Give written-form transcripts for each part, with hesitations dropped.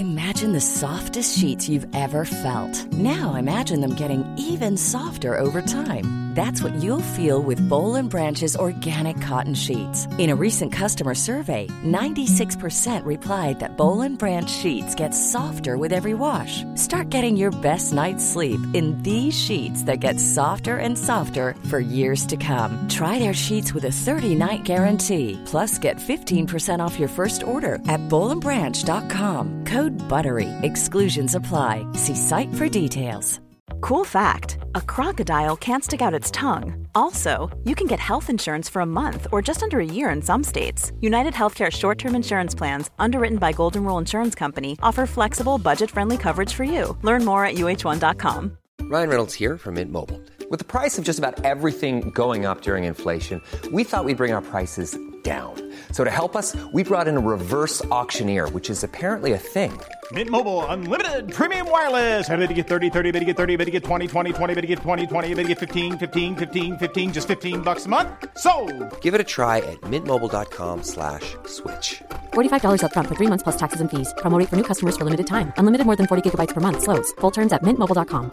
Imagine the softest sheets you've ever felt. Now imagine them getting even softer over time. That's what you'll feel with Boll & Branch's organic cotton sheets. In a recent customer survey, 96% replied that Boll & Branch sheets get softer with every wash. Start getting your best night's sleep in these sheets that get softer and softer for years to come. Try their sheets with a 30-night guarantee. Plus, get 15% off your first order at bollandbranch.com. Code BUTTERY. Exclusions apply. See site for details. Cool fact, a crocodile can't stick out its tongue. Also, you can get health insurance for a month or just under a year in some states. United Healthcare short-term insurance plans, underwritten by Golden Rule Insurance Company, offer flexible, budget-friendly coverage for you. Learn more at uh1.com. Ryan Reynolds here from Mint Mobile. With the price of just about everything going up during inflation, we thought we'd bring our prices down. So to help us, we brought in a reverse auctioneer, which is apparently a thing. Mint Mobile Unlimited Premium Wireless. How to get 30, 30, bit to get 30, bit to get 20, 20, 20, bit to get 20, 20, bit to get 15, 15, 15, 15, just $15 a month? Sold! Give it a try at mintmobile.com/switch. $45 up front for 3 months plus taxes and fees. Promo rate for new customers for limited time. Unlimited more than 40 gigabytes per month. Slows full terms at mintmobile.com.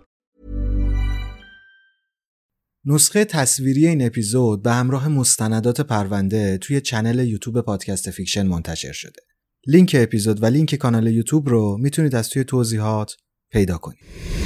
نسخه تصویری این اپیزود به همراه مستندات پرونده توی چنل یوتیوب پادکست فیکشن منتشر شده. لینک اپیزود و لینک کانال یوتیوب رو میتونید از توی توضیحات پیدا کنید.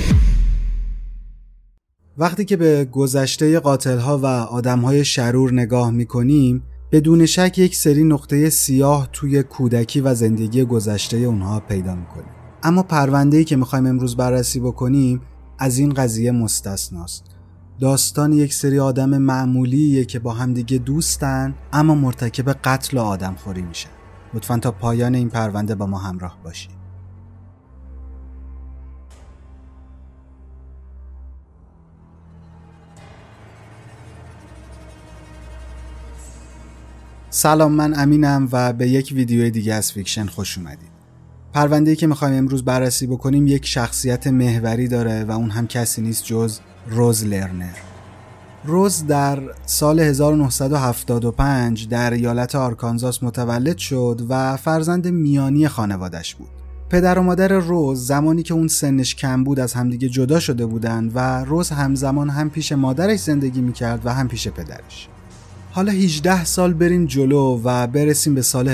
وقتی که به گذشته قاتل‌ها و آدم‌های شرور نگاه می‌کنیم، بدون شک یک سری نقطه سیاه توی کودکی و زندگی گذشته اونها پیدا می‌کنیم. اما پرونده‌ای که می‌خوایم امروز بررسی بکنیم از این قضیه مستثناست. داستان یک سری آدم معمولیه که با همدیگه دوستن اما مرتکب قتل و آدمخوری میشن. لطفاً تا پایان این پرونده با ما همراه باشید. سلام، من امینم و به یک ویدیو دیگه از فیکشن خوش اومدید. پرونده‌ای که می‌خوایم امروز بررسی بکنیم یک شخصیت محوری داره و اون هم کسی نیست جز روز لرنر. روز در سال 1975 در ایالت آرکانزاس متولد شد و فرزند میانی خانوادش بود. پدر و مادر روز زمانی که اون سنش کم بود از همدیگه جدا شده بودن و روز همزمان هم پیش مادرش زندگی میکرد و هم پیش پدرش. حالا 18 سال بریم جلو و برسیم به سال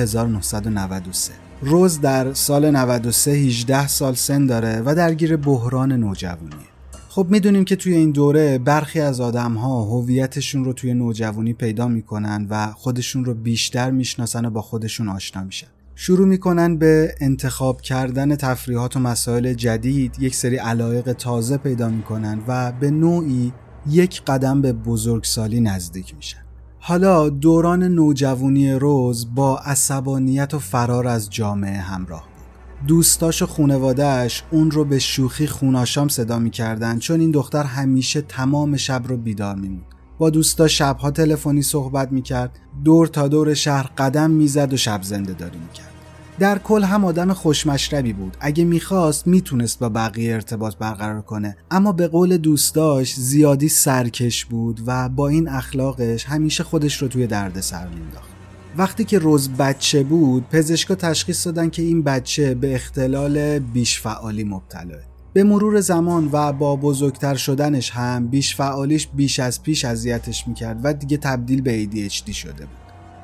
1993. روز در سال 93 18 سال سن داره و درگیر بحران نوجوانیه. خب میدونیم که توی این دوره برخی از آدم‌ها هویتشون رو توی نوجوانی پیدا میکنن و خودشون رو بیشتر میشناسن و با خودشون آشنا میشن. شروع میکنن به انتخاب کردن تفریحات و مسائل جدید، یک سری علایق تازه پیدا میکنن و به نوعی یک قدم به بزرگسالی نزدیک میشن. حالا دوران نوجوانی روز با عصبانیت و فرار از جامعه همراه بود. دوستاش و خانواده‌اش اون رو به شوخی خوناشام صدا می‌کردن چون این دختر همیشه تمام شب رو بیدار میموند. با دوستا شب‌ها تلفنی صحبت می‌کرد، دور تا دور شهر قدم می‌زد و شب زنده داری می‌کرد. در کل هم آدم خوشمشربی بود. اگه می‌خواست میتونست با بقیه ارتباط برقرار کنه، اما به قول دوستاش زیادی سرکش بود و با این اخلاقش همیشه خودش رو توی دردسر مینداخت. وقتی که روز بچه بود، پزشکا تشخیص دادن که این بچه به اختلال بیش‌فعالی مبتلاه. به مرور زمان و با بزرگتر شدنش هم بیش‌فعالیش بیش از پیش اذیتش میکرد و دیگه تبدیل به ADHD شده بود.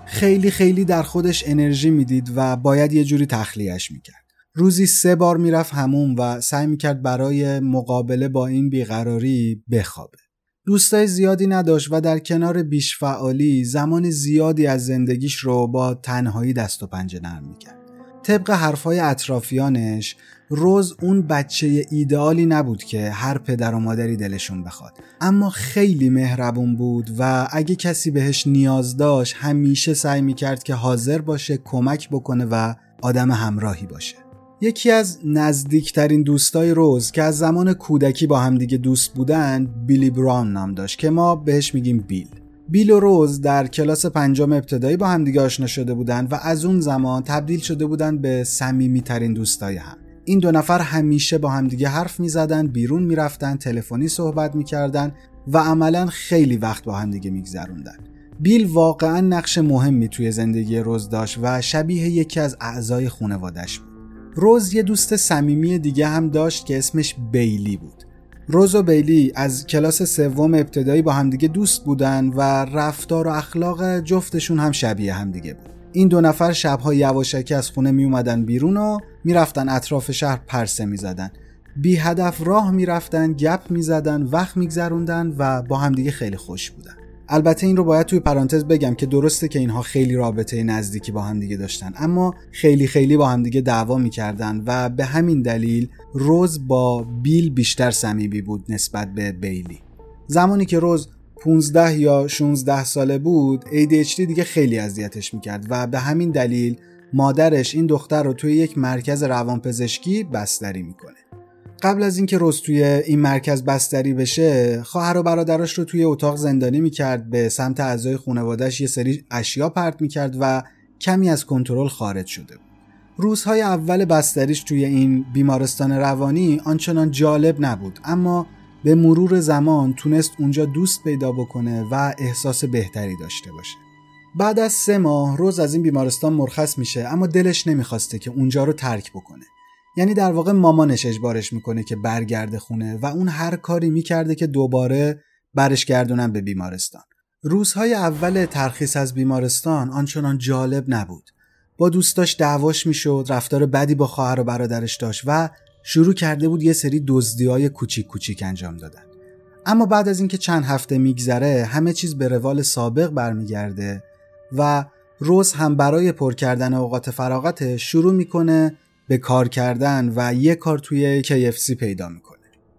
خیلی در خودش انرژی میدید و باید یه جوری تخلیهش میکرد. روزی 3 بار میرفت حموم و سعی میکرد برای مقابله با این بیقراری بخوابه. دوستای زیادی نداشت و در کنار بیش‌فعالی زمان زیادی از زندگیش رو با تنهایی دست و پنجه نرم میکرد. طبق حرفای اطرافیانش، روز اون بچه ایدئالی نبود که هر پدر و مادری دلشون بخواد، اما خیلی مهربون بود و اگه کسی بهش نیاز داشت همیشه سعی میکرد که حاضر باشه کمک بکنه و آدم همراهی باشه. یکی از نزدیکترین دوستای روز که از زمان کودکی با همدیگه دوست بودن، بیلی براون نام داشت که ما بهش میگیم بیل. بیل و روز در کلاس 5 ابتدایی با همدیگه آشنا شده بودن و از اون زمان تبدیل شده بودن به صمیمیترین دوستای هم. این 2 نفر همیشه با همدیگه حرف میزدن، بیرون میرفتن، تلفنی صحبت میکردن و عملاً خیلی وقت با همدیگه میگذروندن. بیل واقعاً نقش مهمی توی زندگی روز داشت و شبیه یکی از اعضای خانواده‌اش بود. روز یه دوست صمیمی دیگه هم داشت که اسمش بیلی بود. روز و بیلی از کلاس سوم ابتدایی با همدیگه دوست بودن و رفتار و اخلاق جفتشون هم شبیه همدیگه بود. این دو نفر شب‌ها یواشکی از خونه می اومدن بیرون و میرفتن اطراف شهر پرسه میزدن. بی هدف راه میرفتن، گپ میزدن، وقت میگذروندن و با همدیگه خیلی خوش بودن. البته این رو باید توی پرانتز بگم که درسته که اینها خیلی رابطه نزدیکی با همدیگه داشتن، اما خیلی با همدیگه دعوا میکردن و به همین دلیل روز با بیل بیشتر صمیمی بود نسبت به بیلی. زمانی که روز 15 یا 16 ساله بود، ADHD دیگه خیلی اذیتش میکرد و به همین دلیل مادرش این دختر رو توی یک مرکز روانپزشکی بستری میکنه. قبل از اینکه روز توی این مرکز بستری بشه، خواهر و برادرش رو توی اتاق زندانی میکرد، به سمت اعضای خانواده‌اش یه سری اشیا پرت میکرد و کمی از کنترل خارج شده بود. روزهای اول بستریش توی این بیمارستان روانی آنچنان جالب نبود، اما به مرور زمان تونست اونجا دوست پیدا بکنه و احساس بهتری داشته باشه. بعد از 3 ماه روز از این بیمارستان مرخص میشه، اما دلش نمیخواسته که اونجا رو ترک بکنه. یعنی در واقع مامانش اجبارش میکنه که برگرده خونه و اون هر کاری میکرده که دوباره برش گردونن به بیمارستان. روزهای اول ترخیص از بیمارستان آنچنان جالب نبود. با دوستاش دعواش میشد، رفتار بدی با خواهر و برادرش داشت و شروع کرده بود یه سری دزدی‌های کوچیک انجام دادن. اما بعد از اینکه چند هفته میگذره همه چیز به روال سابق برمیگرده و روز هم برای پر کردن اوقات فراغتش شروع میکنه به کار کردن و یه کار توی KFC پیدا میکنه.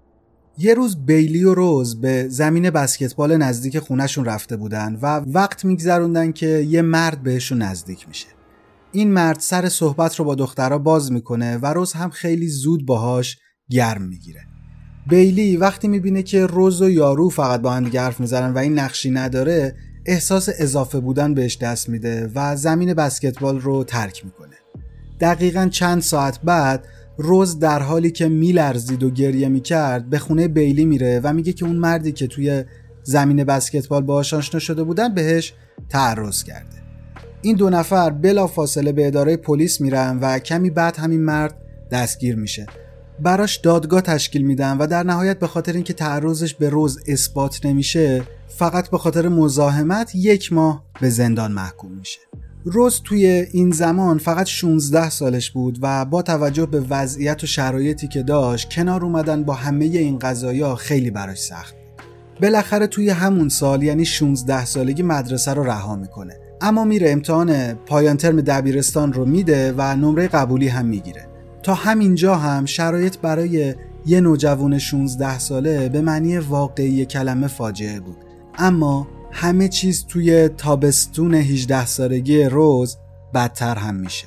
یه روز بیلی و روز به زمین بسکتبال نزدیک خونهشون رفته بودن و وقت میگذروندن که یه مرد بهشون نزدیک میشه. این مرد سر صحبت رو با دخترها باز میکنه و روز هم خیلی زود باهاش گرم میگیره. بیلی وقتی میبینه که روز و یارو فقط با هم دیگه حرف میزنن و این نقشی نداره، احساس اضافه بودن بهش دست میده و زمین بسکتبال رو ترک میکنه. دقیقاً چند ساعت بعد روز در حالی که میلرزید و گریه میکرد به خونه بیلی میره و میگه که اون مردی که توی زمین بسکتبال باهاش آشنا شده بودن بهش تعرض کرده. این 2 نفر بلافاصله به اداره پلیس میرن و کمی بعد همین مرد دستگیر میشه. براش دادگاه تشکیل میدن و در نهایت به خاطر اینکه تعرضش به روز اثبات نمیشه، فقط به خاطر مزاحمت 1 ماه به زندان محکوم میشه. روز توی این زمان فقط 16 سالش بود و با توجه به وضعیت و شرایطی که داشت کنار اومدن با همه این قضایا خیلی براش سخت بود. بالاخره توی همون سال یعنی 16 سالگی مدرسه رو رها میکنه، اما میره امتحان پایان ترم دبیرستان رو میده و نمره قبولی هم میگیره. تا همینجا هم شرایط برای یه نوجوان 16 ساله به معنی واقعی کلمه فاجعه بود، اما همه چیز توی تابستون 18 سالگی روز بدتر هم میشه.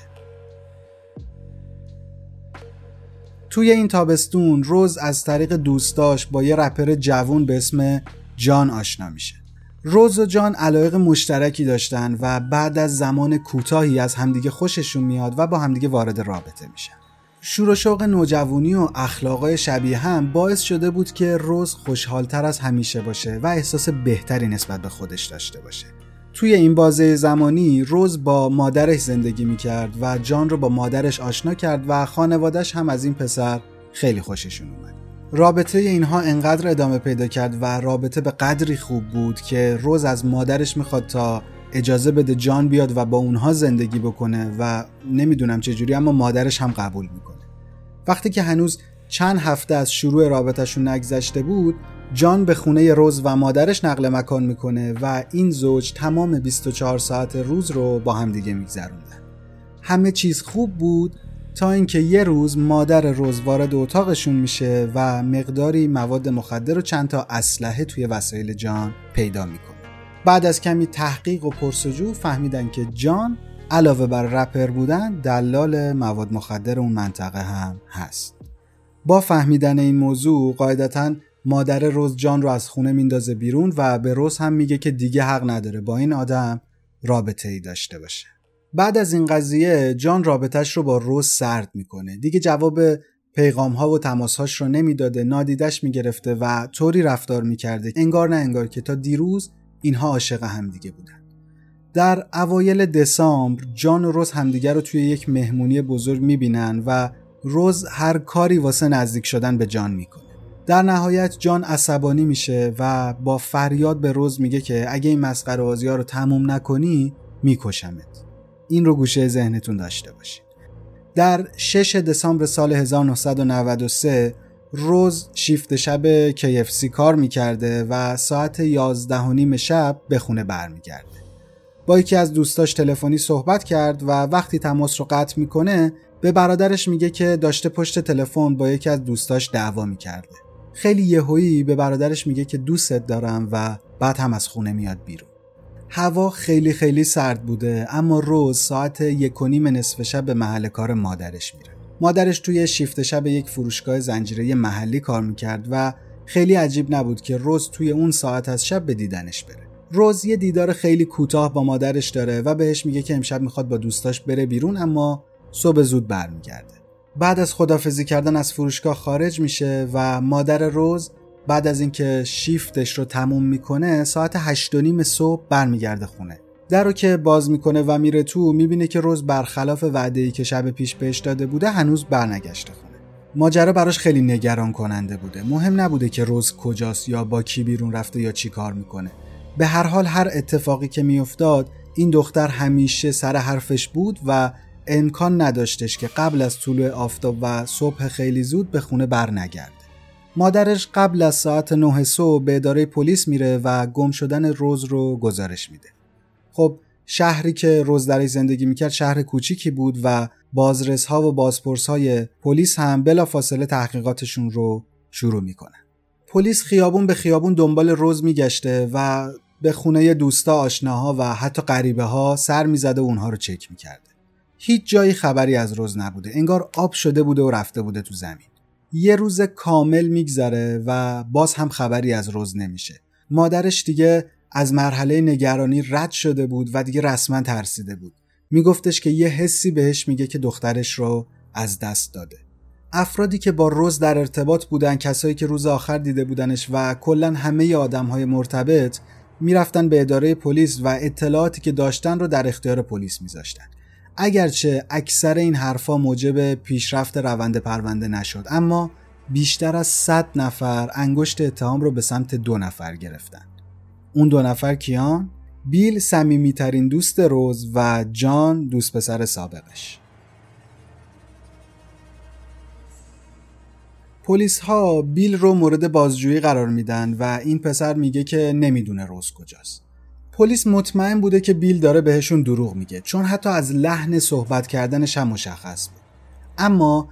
توی این تابستون روز از طریق دوستاش با یه رپر جوون به اسم جان آشنا میشه. روز و جان علایق مشترکی داشتن و بعد از زمان کوتاهی از همدیگه خوششون میاد و با همدیگه وارد رابطه میشن. شور و شوق نوجوانی و اخلاقای شبیه هم باعث شده بود که روز خوشحالتر از همیشه باشه و احساس بهتری نسبت به خودش داشته باشه. توی این بازه زمانی روز با مادرش زندگی میکرد و جان رو با مادرش آشنا کرد و خانواده‌اش هم از این پسر خیلی خوششون اومد. رابطه اینها انقدر ادامه پیدا کرد و رابطه به قدری خوب بود که روز از مادرش میخواد تا اجازه بده جان بیاد و با اونها زندگی بکنه و نمیدونم چجوری، اما مادرش هم قبول میکنه. وقتی که هنوز چند هفته از شروع رابطهشون نگذشته بود، جان به خونه روز و مادرش نقل مکان میکنه و این زوج تمام 24 ساعت روز رو با هم دیگه میگذروندن. همه چیز خوب بود تا اینکه یه روز مادر روز وارد اتاقشون میشه و مقداری مواد مخدر و چند تا اسلحه توی وسایل جان پیدا میکنه. بعد از کمی تحقیق و پرسجو فهمیدن که جان علاوه بر رپر بودن دلال مواد مخدر اون منطقه هم هست. با فهمیدن این موضوع قاعدتاً مادر روز جان رو از خونه میندازه بیرون و به روز هم میگه که دیگه حق نداره با این آدم رابطه‌ای داشته باشه. بعد از این قضیه جان رابطه‌اش رو با روز سرد میکنه. دیگه جواب پیغام‌ها و تماس‌هاش رو نمیداده، نادیدش میگرفته و طوری رفتار میکرده انگار نه انگار که تا دیروز اینها عاشق هم دیگه بودن. در اوایل دسامبر جان و روز همدیگر رو توی یک مهمونی بزرگ میبینن و روز هر کاری واسه نزدیک شدن به جان میکنه. در نهایت جان عصبانی میشه و با فریاد به روز میگه که اگه این مسخره بازی‌ها رو تموم نکنی میکشمت. این رو گوشه ذهنتون داشته باشید. در 6 دسامبر سال 1993 روز شیفت شب KFC کار میکرده و ساعت 11:30 شب به خونه برمیگرده. با یکی از دوستاش تلفنی صحبت کرد و وقتی تماس رو قطع میکنه به برادرش میگه که داشته پشت تلفن با یکی از دوستاش دعوا میکرده. خیلی یهویی به برادرش میگه که دوستت دارم و بعد هم از خونه میاد بیرون. هوا خیلی سرد بوده، اما روز ساعت 1:30 نصف شب به محل کار مادرش میره. مادرش توی شیفت شب یک فروشگاه زنجیره محلی کار میکرد و خیلی عجیب نبود که روز توی اون ساعت از شب به دیدنش بره. روز یه دیدار خیلی کوتاه با مادرش داره و بهش میگه که امشب میخواد با دوستاش بره بیرون، اما صبح زود برمیگرده. بعد از خداحافظی کردن از فروشگاه خارج میشه و مادر روز بعد از اینکه شیفتش رو تموم میکنه ساعت 8:30 صبح برمیگرده خونه. در رو که باز میکنه و میره تو میبینه که روز برخلاف وعده‌ای که شب پیش بهش داده بوده هنوز برنگشته خونه. ماجرا براش خیلی نگران کننده بوده. مهم نبوده که روز کجاست یا با کی بیرون رفته یا چی کار میکنه. به هر حال هر اتفاقی که میافتاد این دختر همیشه سر حرفش بود و امکان نداشتش که قبل از طلوع آفتاب و صبح خیلی زود به خونه برنگرده. مادرش قبل از ساعت 9 صبح به اداره پلیس میره و گم شدن روز رو گزارش میده. خب شهری که روز درش زندگی میکرد شهر کوچیکی بود و بازرس‌ها و بازپرس‌های پلیس هم بلافاصله تحقیقاتشون رو شروع میکنن. پلیس خیابون به خیابون دنبال روز میگشته و به خونه دوستا، آشناها و حتی غریبه‌ها سر میزده و اونها رو چک میکرده. هیچ جایی خبری از روز نبوده. انگار آب شده بوده و رفته بوده تو زمین. یه روز کامل میگذره و باز هم خبری از روز نمیشه. مادرش دیگه از مرحله نگرانی رد شده بود و دیگه رسما ترسیده بود. میگفتش که یه حسی بهش میگه که دخترش رو از دست داده. افرادی که با روز در ارتباط بودن، کسایی که روز آخر دیده بودنش و کلاً همه آدم‌های مرتبط میرفتن به اداره پلیس و اطلاعاتی که داشتن رو در اختیار پلیس میذاشتن. اگرچه اکثر این حرفا موجب پیشرفت روند پرونده نشد، اما بیشتر از 100 نفر انگشت اتهام رو به سمت 2 نفر گرفتن. اون 2 نفر کیان؟ بیل صمیمیترین دوست روز و جان دوست پسر سابقش. پلیس ها بیل رو مورد بازجویی قرار میدن و این پسر میگه که نمیدونه روز کجاست. پلیس مطمئن بوده که بیل داره بهشون دروغ میگه، چون حتی از لحن صحبت کردنش هم مشخص بود. اما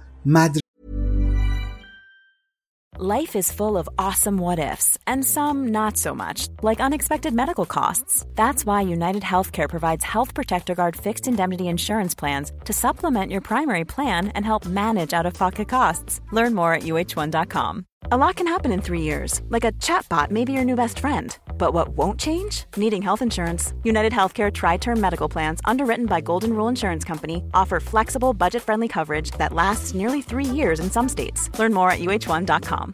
Life is full of awesome what-ifs, and some not so much, like unexpected medical costs. That's why United Healthcare provides Health Protector Guard fixed indemnity insurance plans to supplement your primary plan and help manage out-of-pocket costs. Learn more at uh1.com. A lot can happen in 3 years, like a chatbot may be your new best friend. But what won't change? Needing health insurance. United Healthcare Tri-Term Medical Plans, underwritten by Golden Rule Insurance Company, offer flexible, budget-friendly coverage that lasts nearly 3 years in some states. Learn more at uh1.com.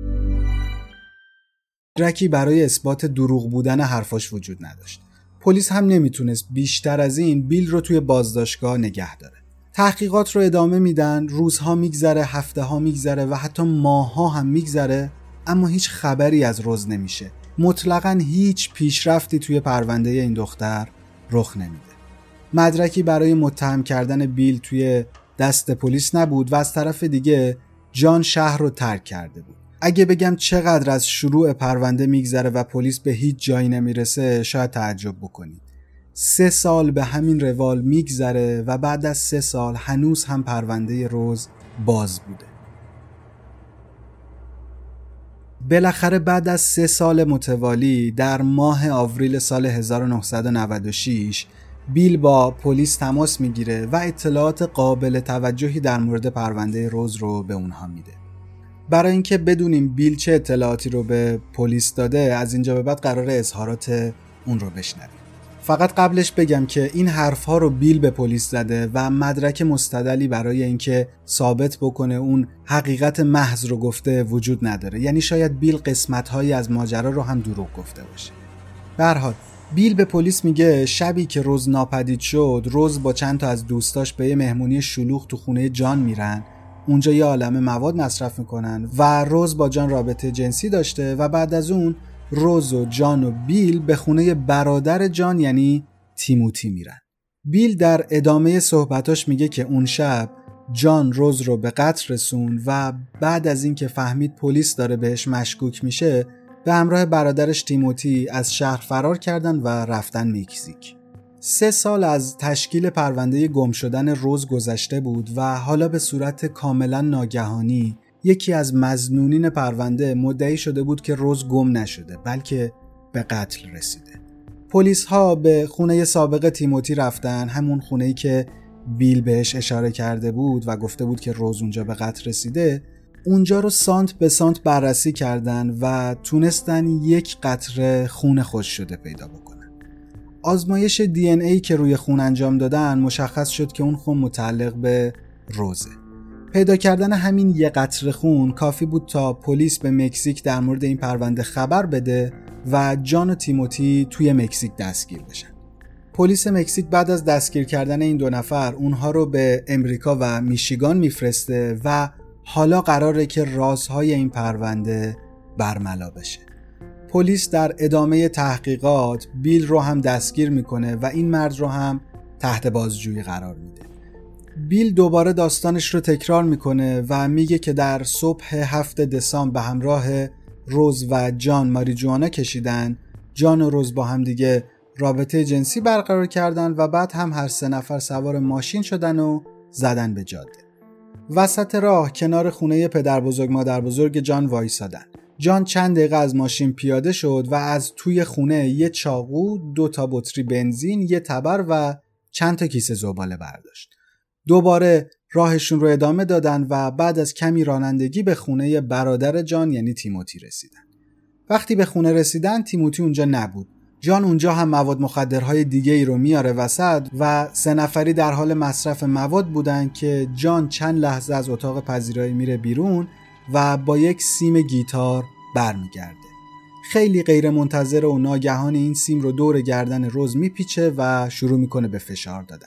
مدرکی برای اثبات دروغ بودن حرفاش وجود نداشت. پلیس هم نمیتونست بیشتر از این بیل رو توی بازداشتگاه نگه داره. تحقیقات رو ادامه میدن، روزها میگذره، هفته‌ها میگذره و حتی ماه‌ها هم میگذره، اما هیچ خبری از روز نمیشه. مطلقاً هیچ پیشرفتی توی پرونده این دختر رخ نمیده. مدرکی برای متهم کردن بیل توی دست پلیس نبود و از طرف دیگه جان شهر رو ترک کرده بود. اگه بگم چقدر از شروع پرونده میگذره و پلیس به هیچ جایی نمیرسه شاید تعجب بکنید. 3 سال به همین روال میگذره و بعد از 3 سال هنوز هم پرونده روز باز بوده. بالاخره بعد از 3 سال متوالی در ماه آوریل سال 1996 بیل با پلیس تماس میگیره و اطلاعات قابل توجهی در مورد پرونده روز رو به اونها میده. برای اینکه بدونیم بیل چه اطلاعاتی رو به پلیس داده، از اینجا به بعد قراره اظهارات اون رو بشنویم. فقط قبلش بگم که این حرفها رو بیل به پلیس زده و مدرک مستدلی برای اینکه ثابت بکنه اون حقیقت محض رو گفته وجود نداره. یعنی شاید بیل قسمت‌هایی از ماجرا رو هم دروغ گفته باشه. به هر حال بیل به پلیس میگه شبی که روز ناپدید شد، روز با چند تا از دوستاش به یه مهمونی شلوغ تو خونه جان میرن. اونجا یه عالمه مواد مصرف میکنن و روز با جان رابطه جنسی داشته و بعد از اون روز و جان و بیل به خونه برادر جان یعنی تیموتی میرن. بیل در ادامه صحبتاش میگه که اون شب جان روز رو به قتل رسون و بعد از این که فهمید پلیس داره بهش مشکوک میشه به همراه برادرش تیموتی از شهر فرار کردن و رفتن مکزیک. 3 سال از تشکیل پرونده گم شدن روز گذشته بود و حالا به صورت کاملا ناگهانی یکی از مظنونین پرونده مدعی شده بود که روز گم نشده بلکه به قتل رسیده. پلیس ها به خونه سابق تیموتی رفتن، همون خونه‌ای که بیل بهش اشاره کرده بود و گفته بود که روز اونجا به قتل رسیده. اونجا رو سانت به سانت بررسی کردن و تونستن یک قطره خون خشک شده پیدا بکنن. آزمایش دی ان ای که روی خون انجام دادن مشخص شد که اون خون متعلق به روزه. پیدا کردن همین یک قطره خون کافی بود تا پلیس به مکزیک در مورد این پرونده خبر بده و جان و تیموتی توی مکزیک دستگیر بشن. پلیس مکزیک بعد از دستگیر کردن این 2 نفر اونها رو به امریکا و میشیگان میفرسته و حالا قراره که رازهای این پرونده برملا بشه. پلیس در ادامه تحقیقات بیل رو هم دستگیر میکنه و این مرد رو هم تحت بازجویی قرار میده. بیل دوباره داستانش رو تکرار میکنه و میگه که در صبح 7 دسامبر به همراه روز و جان ماریجوانا کشیدن. جان و روز با هم دیگه رابطه جنسی برقرار کردن و بعد هم هر 3 نفر سوار ماشین شدن و زدن به جاده. وسط راه کنار خونه پدر بزرگ مادر بزرگ جان وایسادن. جان چند دقیقه از ماشین پیاده شد و از توی خونه یه چاقو، 2 تا بطری بنزین، یه تبر و چند تا کیسه زباله برداشت. دوباره راهشون رو ادامه دادن و بعد از کمی رانندگی به خونه برادر جان یعنی تیموتی رسیدن. وقتی به خونه رسیدن تیموتی اونجا نبود. جان اونجا هم مواد مخدرهای دیگه ای رو میاره وسط و 3 نفری در حال مصرف مواد بودن که جان چند لحظه از اتاق پذیرایی میره بیرون و با یک سیم گیتار برمیگرده. خیلی غیر منتظره و ناگهان این سیم رو دور گردن روز میپیچه و شروع میکنه به فشار دادن.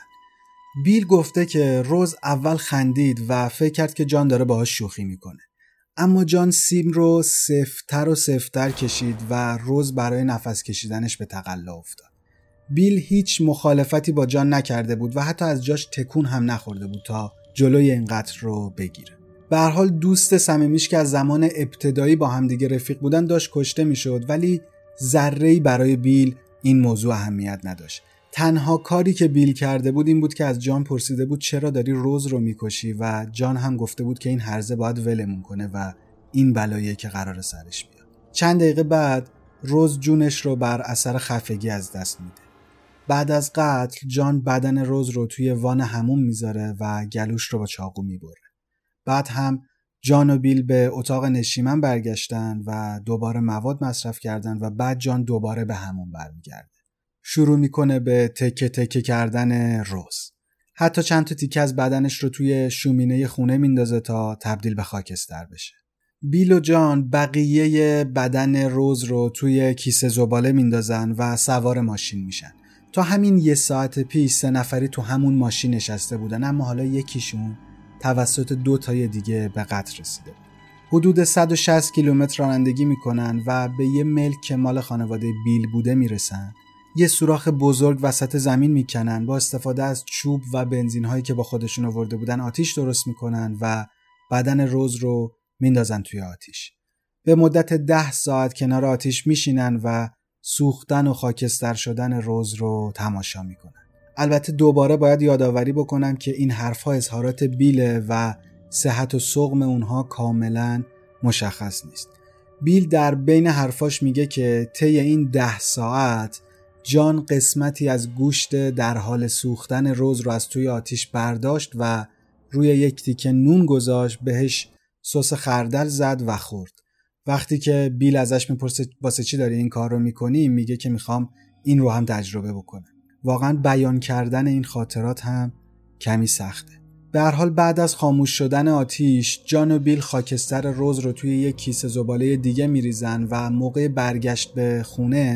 بیل گفته که روز اول خندید و فکر کرد که جان داره باهاش شوخی میکنه. اما جان سیم رو سفت‌تر و سفت‌تر کشید و روز برای نفس کشیدنش به تقلا افتاد. بیل هیچ مخالفتی با جان نکرده بود و حتی از جاش تکون هم نخورده بود تا جلوی این قتل رو بگیره. به هر حال دوست صمیمیش که از زمان ابتدایی با هم دیگه رفیق بودن داشت کشته میشد، ولی ذره‌ای برای بیل این موضوع اهمیت نداشت. تنها کاری که بیل کرده بود این بود که از جان پرسیده بود چرا داری روز رو میکشی و جان هم گفته بود که این هرزه باید ولمون کنه و این بلاییه که قرار سرش بیاد. چند دقیقه بعد روز جونش رو بر اثر خفگی از دست میده. بعد از قتل جان بدن روز رو توی وان حموم میذاره و گلوش رو با چاقو میبره. بعد هم جان و بیل به اتاق نشیمن برگشتن و دوباره مواد مصرف کردن و بعد جان دوباره به حموم برمیگرده. شروع میکنه به تکه تکه کردن روز. حتی چند تا تیکه از بدنش رو توی شومینه خونه میندازه تا تبدیل به خاکستر بشه. بیل و جان بقیه بدن روز رو توی کیسه زباله میندازن و سوار ماشین میشن. تا همین 1 ساعت پیش 3 نفری تو همون ماشین نشسته بودن، اما حالا یکیشون توسط 2 تای دیگه به قتل رسیده بود. حدود 160 کیلومتر رانندگی میکنن و به یه ملک که مال خانواده بیل بوده میرسن. یه سوراخ بزرگ وسط زمین میکنن، با استفاده از چوب و بنزین هایی که با خودشون آورده بودن آتیش درست میکنن و بدن روز رو میندازن توی آتیش. به مدت 10 ساعت کنار آتیش میشینن و سوختن و خاکستر شدن روز رو تماشا میکنن. البته دوباره باید یادآوری بکنم که این حرفها اظهارات بیله و صحت و سقم اونها کاملا مشخص نیست. بیل در بین حرفاش میگه که طی این 10 ساعت جان قسمتی از گوشت در حال سوختن روز رو از توی آتیش برداشت و روی یک تیکه نون گذاشت، بهش سس خردل زد و خورد. وقتی که بیل ازش میپرسه واسه چی داری این کار رو میکنی، میگه که میخوام این رو هم تجربه بکنم. واقعا بیان کردن این خاطرات هم کمی سخته. به هر حال بعد از خاموش شدن آتیش، جان و بیل خاکستر روز رو توی یک کیسه زباله دیگه میریزن و موقع برگشت به خونه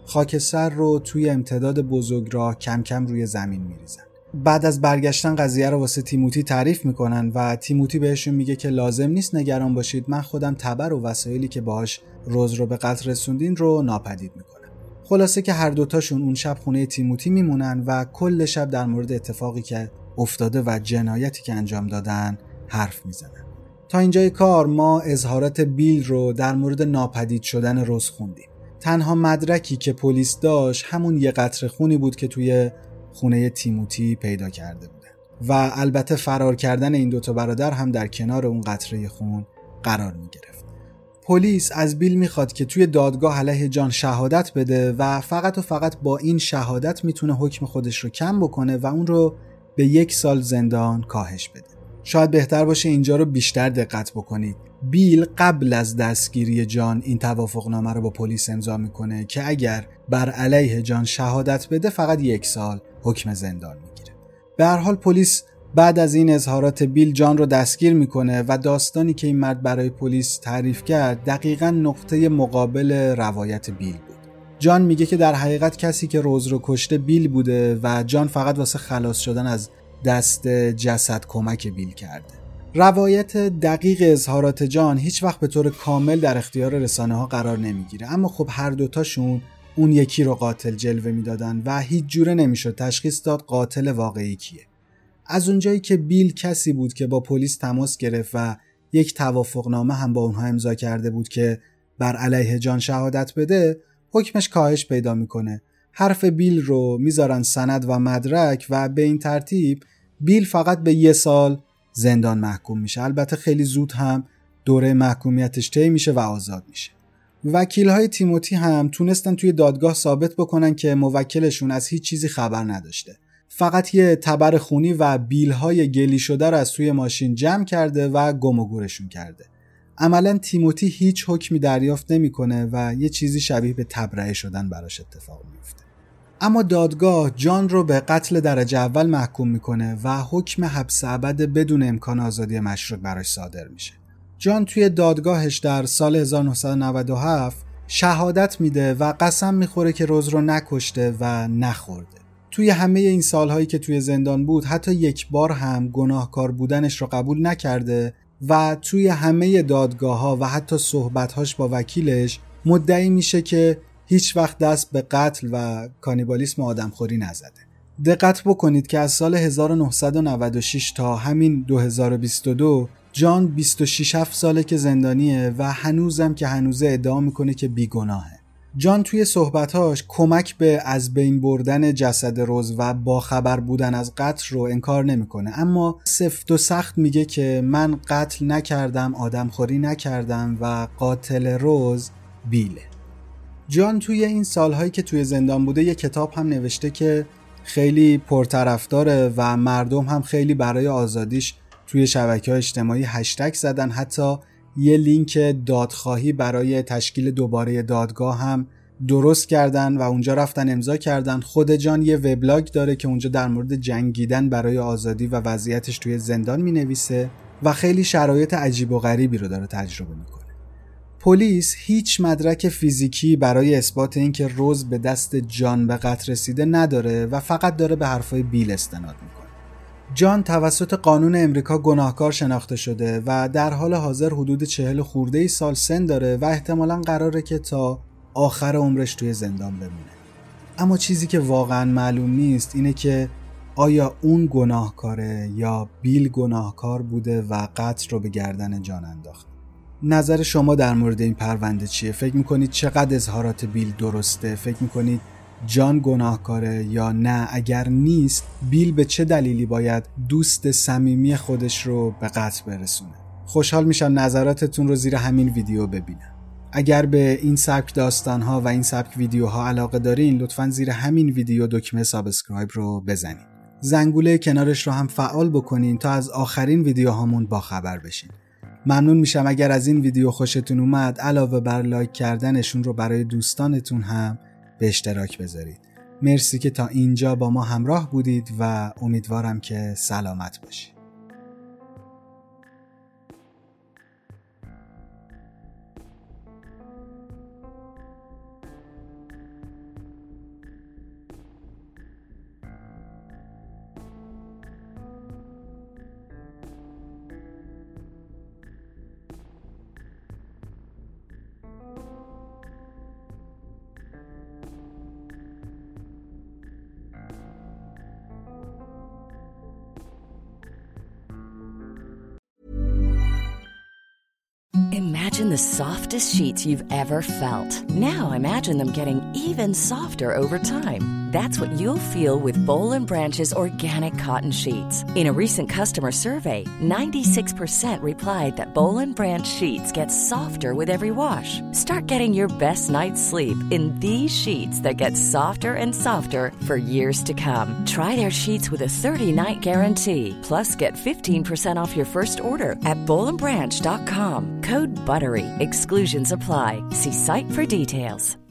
خاکستر رو توی امتداد بزرگراه کم کم روی زمین میریزن. بعد از برگشتن قضیه رو واسه تیموتی تعریف میکنن و تیموتی بهشون میگه که لازم نیست نگران باشید، من خودم تبر و وسایلی که باهاش روز رو به قتل رسوندین رو ناپدید میکنم. خلاصه که هر دوتاشون اون شب خونه تیموتی میمونن و کل شب در مورد اتفاقی که افتاده و جنایتی که انجام دادن حرف میزنن. تا اینجای کار ما اظهارات بیل رو در مورد ناپدید شدن روز خوندیم. تنها مدرکی که پلیس داشت همون یه قطره خونی بود که توی خونه تیموتی پیدا کرده بودن و البته فرار کردن این دوتا برادر هم در کنار اون قطره خون قرار می گرفت. پلیس از بیل میخواد که توی دادگاه علیه جان شهادت بده و فقط با این شهادت میتونه حکم خودش رو کم بکنه و اون رو به 1 سال زندان کاهش بده. شاید بهتر باشه اینجا رو بیشتر دقت بکنید. بیل قبل از دستگیری جان این توافقنامه رو با پلیس امضا میکنه که اگر بر علیه جان شهادت بده فقط 1 سال حکم زندان میگیره. به هر حال پلیس بعد از این اظهارات بیل جان رو دستگیر میکنه و داستانی که این مرد برای پلیس تعریف کرد دقیقاً نقطه مقابل روایت بیل بود. جان میگه که در حقیقت کسی که روز رو کشته بیل بوده و جان فقط واسه خلاص شدن از دست جسد کمک بیل کرده. روایت دقیق اظهارات جان هیچ وقت به طور کامل در اختیار رسانه ها قرار نمیگیره، اما خب هر دوتاشون اون یکی رو قاتل جلوه میدادن و هیچ جوره نمیشد تشخیص داد قاتل واقعی کیه. از اونجایی که بیل کسی بود که با پلیس تماس گرفت و یک توافقنامه هم با اونها امضا کرده بود که بر علیه جان شهادت بده، حکمش کاهش پیدا میکنه. حرف بیل رو میذارن سند و مدرک و به این ترتیب بیل فقط به 1 سال زندان محکوم میشه. البته خیلی زود هم دوره محکومیتش طی میشه و آزاد میشه. وکیل‌های تیموتی هم تونستن توی دادگاه ثابت بکنن که موکلشون از هیچ چیزی خبر نداشته. فقط یه تبر خونی و بیل‌های گلی شده رو از توی ماشین جمع کرده و گم و گورشون کرده. عملاً تیموتی هیچ حکمی دریافت نمی‌کنه و یه چیزی شبیه به تبرئه شدن براش اتفاق میفته. اما دادگاه جان رو به قتل درجه اول محکوم میکنه و حکم حبس ابد بدون امکان آزادی مشروط براش صادر میشه. جان توی دادگاهش در سال 1997 شهادت میده و قسم میخوره که روز رو نکشته و نخورده. توی همه این سالهایی که توی زندان بود حتی 1 بار هم گناهکار بودنش رو قبول نکرده و توی همه دادگاه‌ها و حتی صحبت‌هاش با وکیلش مدعی میشه که هیچ وقت دست به قتل و کانیبالیسم و آدمخوری نزده. دقت بکنید که از سال 1996 تا همین 2022 جان 26 ساله که زندانیه و هنوزم که هنوزه ادعا میکنه که بیگناهه. جان توی صحبتاش کمک به از بین بردن جسد روز و با خبر بودن از قتل رو انکار نمیکنه، اما سفت و سخت میگه که من قتل نکردم، آدمخوری نکردم و قاتل روز بیله. جان توی این سالهایی که توی زندان بوده یه کتاب هم نوشته که خیلی پرطرفداره و مردم هم خیلی برای آزادیش توی شبکه‌های اجتماعی هشتگ زدن. حتی یه لینک دادخواهی برای تشکیل دوباره دادگاه هم درست کردن و اونجا رفتن امضا کردن. خود جان یه وبلاگ داره که اونجا در مورد جنگیدن برای آزادی و وضعیتش توی زندان می‌نویسه و خیلی شرایط عجیب و غریبی رو داره تجربه می‌کنه. پلیس هیچ مدرک فیزیکی برای اثبات اینکه روز به دست جان به قتل رسیده نداره و فقط داره به حرفای بیل استناد میکنه. جان توسط قانون امریکا گناهکار شناخته شده و در حال حاضر حدود 40 خورده سال سن داره و احتمالاً قراره که تا آخر عمرش توی زندان بمونه. اما چیزی که واقعاً معلوم نیست اینه که آیا اون گناهکاره یا بیل گناهکار بوده و قتل رو به گردن جان انداخت. نظر شما در مورد این پرونده چیه؟ فکر میکنید چقدر اظهارات بیل درسته؟ فکر میکنید جان گناهکاره یا نه؟ اگر نیست بیل به چه دلیلی باید دوست صمیمی خودش رو به قتل برسونه؟ خوشحال میشم نظراتتون رو زیر همین ویدیو ببینم. اگر به این سبک داستانها و این سبک ویدیوها علاقه دارین لطفاً زیر همین ویدیو دکمه سابسکرایب رو بزنید. زنگوله کنارش رو هم فعال بکنین تا از آخرین ویدیوهامون باخبر بشین. ممنون میشم اگر از این ویدیو خوشتون اومد علاوه بر لایک کردنشون رو برای دوستانتون هم به اشتراک بذارید. مرسی که تا اینجا با ما همراه بودید و امیدوارم که سلامت باشید. Imagine the softest sheets you've ever felt. Now imagine them getting even softer over time. That's what you'll feel with Boll and Branch's organic cotton sheets. In a recent customer survey, 96% replied that Boll and Branch sheets get softer with every wash. Start getting your best night's sleep in these sheets that get softer and softer for years to come. Try their sheets with a 30-night guarantee. Plus, get 15% off your first order at bollandbranch.com. Code BUTTERY. Exclusions apply. See site for details.